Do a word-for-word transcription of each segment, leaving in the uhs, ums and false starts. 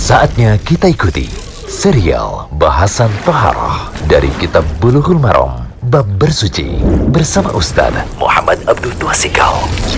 Saatnya kita ikuti serial bahasan Toharoh dari Kitab Bulughul Maram Bab Bersuci bersama Ustaz Muhammad Abdul Twasikal.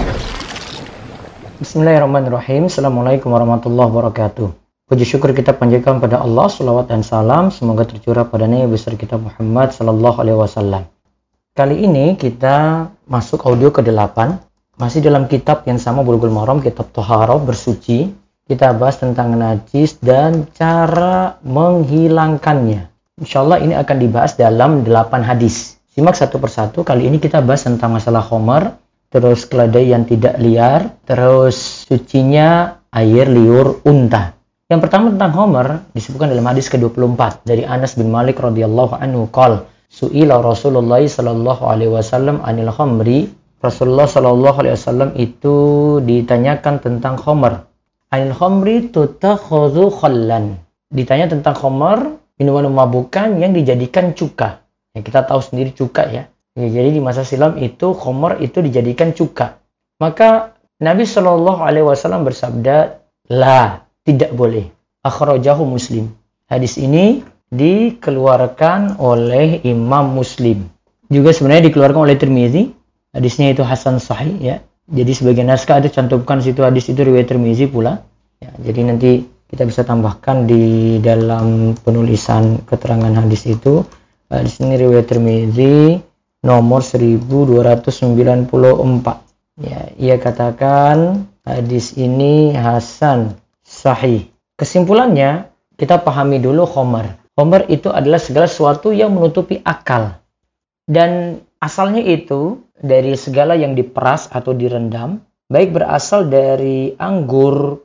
Bismillahirrahmanirrahim. Assalamualaikum warahmatullahi wabarakatuh. Puji syukur kita panjatkan pada Allah, salawat dan salam semoga tercurah pada Nabi besar kita Muhammad sallallahu alaihi wasallam. Kali ini kita masuk audio ke delapan, masih dalam kitab yang sama Bulughul Maram, kitab Toharoh bersuci. Kita bahas tentang najis dan cara menghilangkannya. Insyaallah ini akan dibahas dalam delapan hadis. Simak satu persatu. Kali ini kita bahas tentang masalah khamar, terus keledai yang tidak liar, terus sucinya air liur unta. Yang pertama tentang khamar disebutkan dalam hadis ke dua puluh empat dari Anas bin Malik radhiyallahu anhu qol su'ila Rasulullah sallallahu alaihi wasallam anil khamri. Rasulullah sallallahu alaihi wasallam itu ditanyakan tentang khamar. Anil khamri tutakhadhu khallan. Ditanya tentang khamar, minuman memabukan yang dijadikan cuka. Ya, kita tahu sendiri cuka ya. Ya. Jadi di masa silam itu khamar itu dijadikan cuka. Maka Nabi Shallallahu Alaihi Wasallam bersabda, la, tidak boleh. Akhrajahu Muslim. Hadis ini dikeluarkan oleh Imam Muslim. Juga sebenarnya dikeluarkan oleh Tirmizi. Hadisnya itu hasan sahih ya. Jadi sebagian naskah itu cantumkan situ hadis itu riwayat Tirmizi pula. Ya, jadi nanti kita bisa tambahkan di dalam penulisan keterangan hadis itu. Uh, di sini riwayat Tirmizi nomor seribu dua ratus sembilan puluh empat. Ya, ia katakan hadis ini hasan sahih. Kesimpulannya, kita pahami dulu khamar. Khamar itu adalah segala sesuatu yang menutupi akal. Dan asalnya itu dari segala yang diperas atau direndam, baik berasal dari anggur,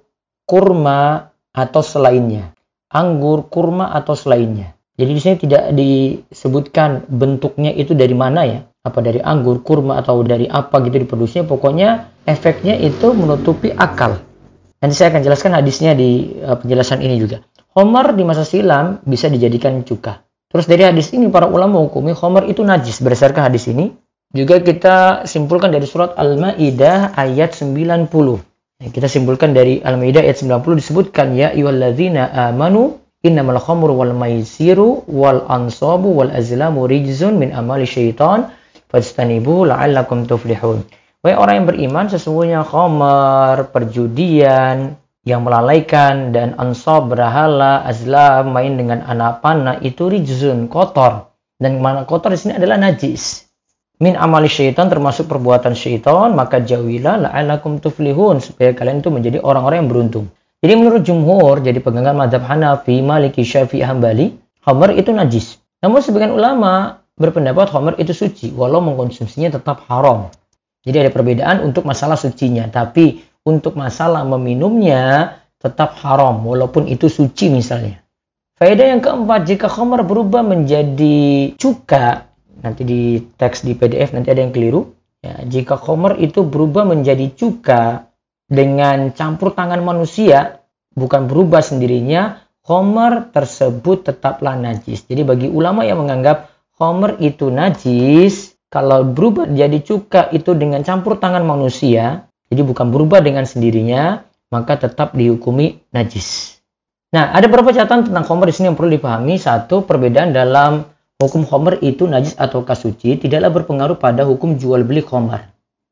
kurma, atau selainnya. Anggur, kurma, atau selainnya. Jadi di sini tidak disebutkan bentuknya itu dari mana ya. Apa dari anggur, kurma, atau dari apa gitu diproduksinya. Pokoknya efeknya itu menutupi akal. Nanti saya akan jelaskan hadisnya di uh, penjelasan ini juga. Khamar di masa silam bisa dijadikan cuka. Terus dari hadis ini para ulama hukumi khamar itu najis berdasarkan hadis ini. Juga kita simpulkan dari surat Al-Maidah ayat sembilan puluh. Kita simpulkan dari Al-Maidah ayat sembilan puluh disebutkan ya ayyuhalladzina amanu innamal khamru wal maisiru wal ansabu wal azlamu rijzun min amali syaitan fajtanibuhu la'allakum tuflihun. Wahai orang yang beriman, sesungguhnya khamar, perjudian yang melalaikan dan ansab berhala, azlam main dengan anak panah itu rijzun, kotor. Dan mana kotor di sini adalah najis. Min amali syaitan termasuk perbuatan syaitan, maka jauhilah la'alakum tuflihun supaya kalian itu menjadi orang-orang yang beruntung. Jadi menurut jumhur, jadi pegangan mazhab Hanafi, Maliki, Syafi'i, Hambali, khamar itu najis. Namun sebagian ulama berpendapat khamar itu suci, walau mengkonsumsinya tetap haram. Jadi ada perbedaan untuk masalah sucinya, tapi untuk masalah meminumnya tetap haram, walaupun itu suci misalnya. Faedah yang keempat, jika khamar berubah menjadi cuka, nanti di teks di P D F nanti ada yang keliru. Ya, jika khamar itu berubah menjadi cuka dengan campur tangan manusia, bukan berubah sendirinya, khamar tersebut tetaplah najis. Jadi bagi ulama yang menganggap khamar itu najis, kalau berubah menjadi cuka itu dengan campur tangan manusia, jadi bukan berubah dengan sendirinya, maka tetap dihukumi najis. Nah, ada beberapa catatan tentang khamar di sini yang perlu dipahami. Satu, perbedaan dalam hukum khamar itu najis atau suci tidaklah berpengaruh pada hukum jual beli khamar.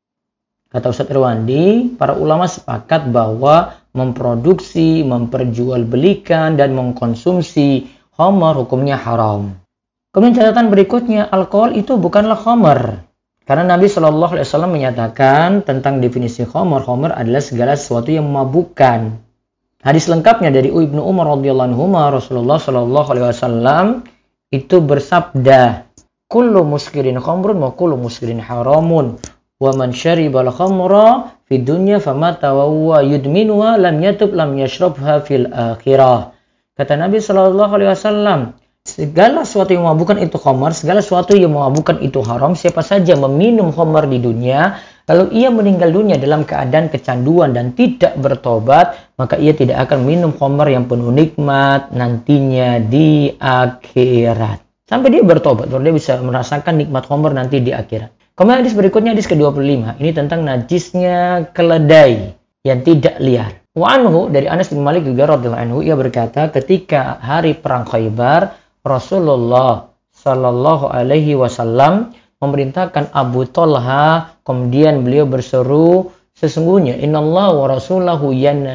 Kata Ustaz Irwandi, para ulama sepakat bahwa memproduksi, memperjualbelikan dan mengkonsumsi khamar hukumnya haram. Kemudian catatan berikutnya, alkohol itu bukanlah khamar. Karena Nabi Shallallahu Alaihi Wasallam menyatakan tentang definisi khamar, khamar adalah segala sesuatu yang memabukkan. Hadis lengkapnya dari Ibnu Umar radhiyallahu anhu, Rasulullah Shallallahu Alaihi Wasallam itu bersabda, kullu muskirin khamrun wa kullu muskirin haramun wa man syaribal khamra fid dunya famata wa huwa yudminuha lam yatub lam yashrabha fil akhirah. Kata Nabi sallallahu alaihi wasallam, segala sesuatu yang memabukkan itu khamar, segala sesuatu yang memabukkan itu haram. Siapa saja meminum khamar di dunia lalu ia meninggal dunia dalam keadaan kecanduan dan tidak bertobat, maka ia tidak akan minum khamar yang penuh nikmat nantinya di akhirat. Sampai dia bertobat, baru dia bisa merasakan nikmat khamar nanti di akhirat. Kemudian hadis berikutnya, hadis ke dua puluh lima. Ini tentang najisnya keledai yang tidak liar. Wa anhu, dari Anas bin Malik juga radhiyallahu anhu, ia berkata ketika hari perang Khaybar, Rasulullah sallallahu alaihi wasallam memerintahkan Abu Talha, kemudian beliau berseru, sesungguhnya innallaha wa rasulahu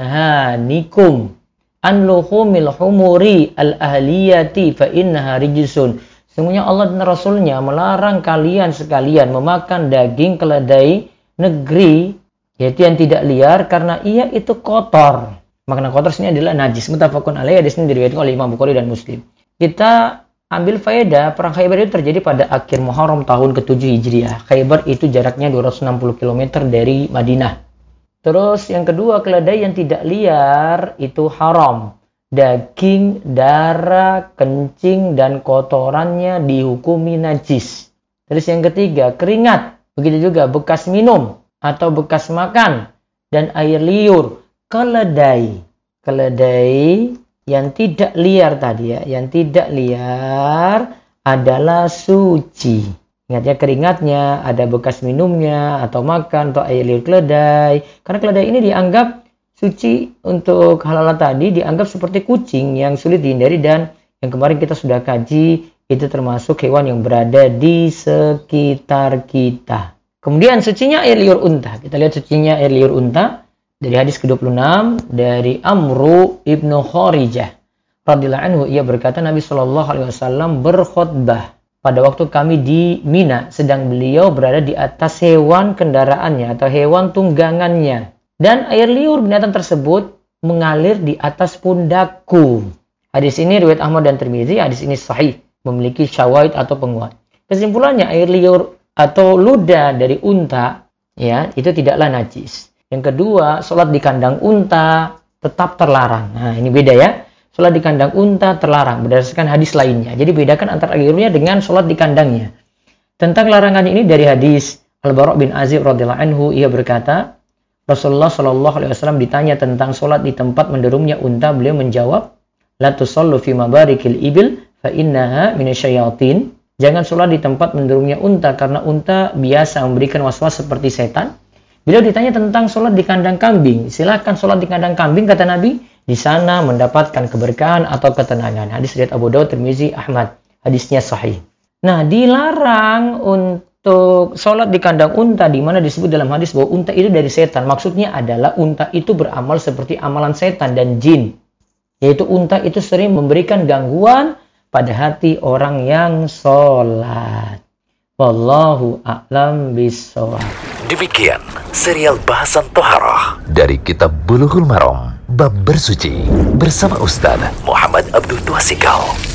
yanhanikum an luhumil humuri al-ahliyati fa innaha rijsun. Sesungguhnya Allah dan Rasulnya melarang kalian sekalian memakan daging keledai negeri, yaitu yang tidak liar, karena ia itu kotor. Makna kotor sini adalah najis. Muttafaqun alaih, hadis ini diriwayatkan oleh Imam Bukhari dan Muslim. Kita ambil faedah, perang Khaybar itu terjadi pada akhir Muharram tahun ketujuh Hijriah. Khaybar itu jaraknya dua ratus enam puluh kilometer dari Madinah. Terus yang kedua, keledai yang tidak liar itu haram. Daging, darah, kencing, dan kotorannya dihukumi najis. Terus yang ketiga, keringat. Begitu juga bekas minum atau bekas makan dan air liur. Keledai. Keledai yang tidak liar tadi ya, yang tidak liar adalah suci. Ingat ya, keringatnya, ada bekas minumnya atau makan atau air liur keledai. Karena keledai ini dianggap suci untuk halal tadi, dianggap seperti kucing yang sulit dihindari, dan yang kemarin kita sudah kaji itu termasuk hewan yang berada di sekitar kita. Kemudian sucinya air liur unta. Kita lihat sucinya air liur unta dari hadis ke dua puluh enam dari Amru ibnu Kharijah radhiyallahu anhu, ia berkata Nabi Shallallahu alaihi wasallam berkhutbah pada waktu kami di Mina, sedang beliau berada di atas hewan kendaraannya atau hewan tunggangannya, dan air liur binatang tersebut mengalir di atas pundakku. Hadis ini riwayat Ahmad dan Tirmizi. Hadis ini sahih, memiliki syawahid atau penguat. Kesimpulannya, air liur atau ludah dari unta ya itu tidaklah najis. Yang kedua, sholat di kandang unta tetap terlarang. Nah, ini beda ya. Sholat di kandang unta terlarang berdasarkan hadis lainnya. Jadi bedakan antara air liurnya dengan sholat di kandangnya. Tentang larangan ini dari hadis Al-Bara' bin Azib radhiyallahu anhu, ia berkata, Rasulullah shallallahu alaihi wasallam ditanya tentang sholat di tempat menderumnya unta, beliau menjawab, la tusallu fi mabarikil ibil fa innaha minasyayatin. Jangan sholat di tempat menderumnya unta, karena unta biasa memberikan waswas seperti setan. Beliau ditanya tentang sholat di kandang kambing. Silakan sholat di kandang kambing, kata Nabi. Di sana mendapatkan keberkahan atau ketenangan. Hadis riwayat Abu Daud, Tirmizi, Ahmad. Hadisnya sahih. Nah, dilarang untuk sholat di kandang unta, di mana disebut dalam hadis bahwa unta itu dari setan. Maksudnya adalah unta itu beramal seperti amalan setan dan jin. Yaitu unta itu sering memberikan gangguan pada hati orang yang sholat. Wallahu a'lam bishawab. Demikian serial bahasan Toharah dari Kitab Bulughul Maram, Bab Bersuci bersama Ustaz Muhammad Abdul Twasikal.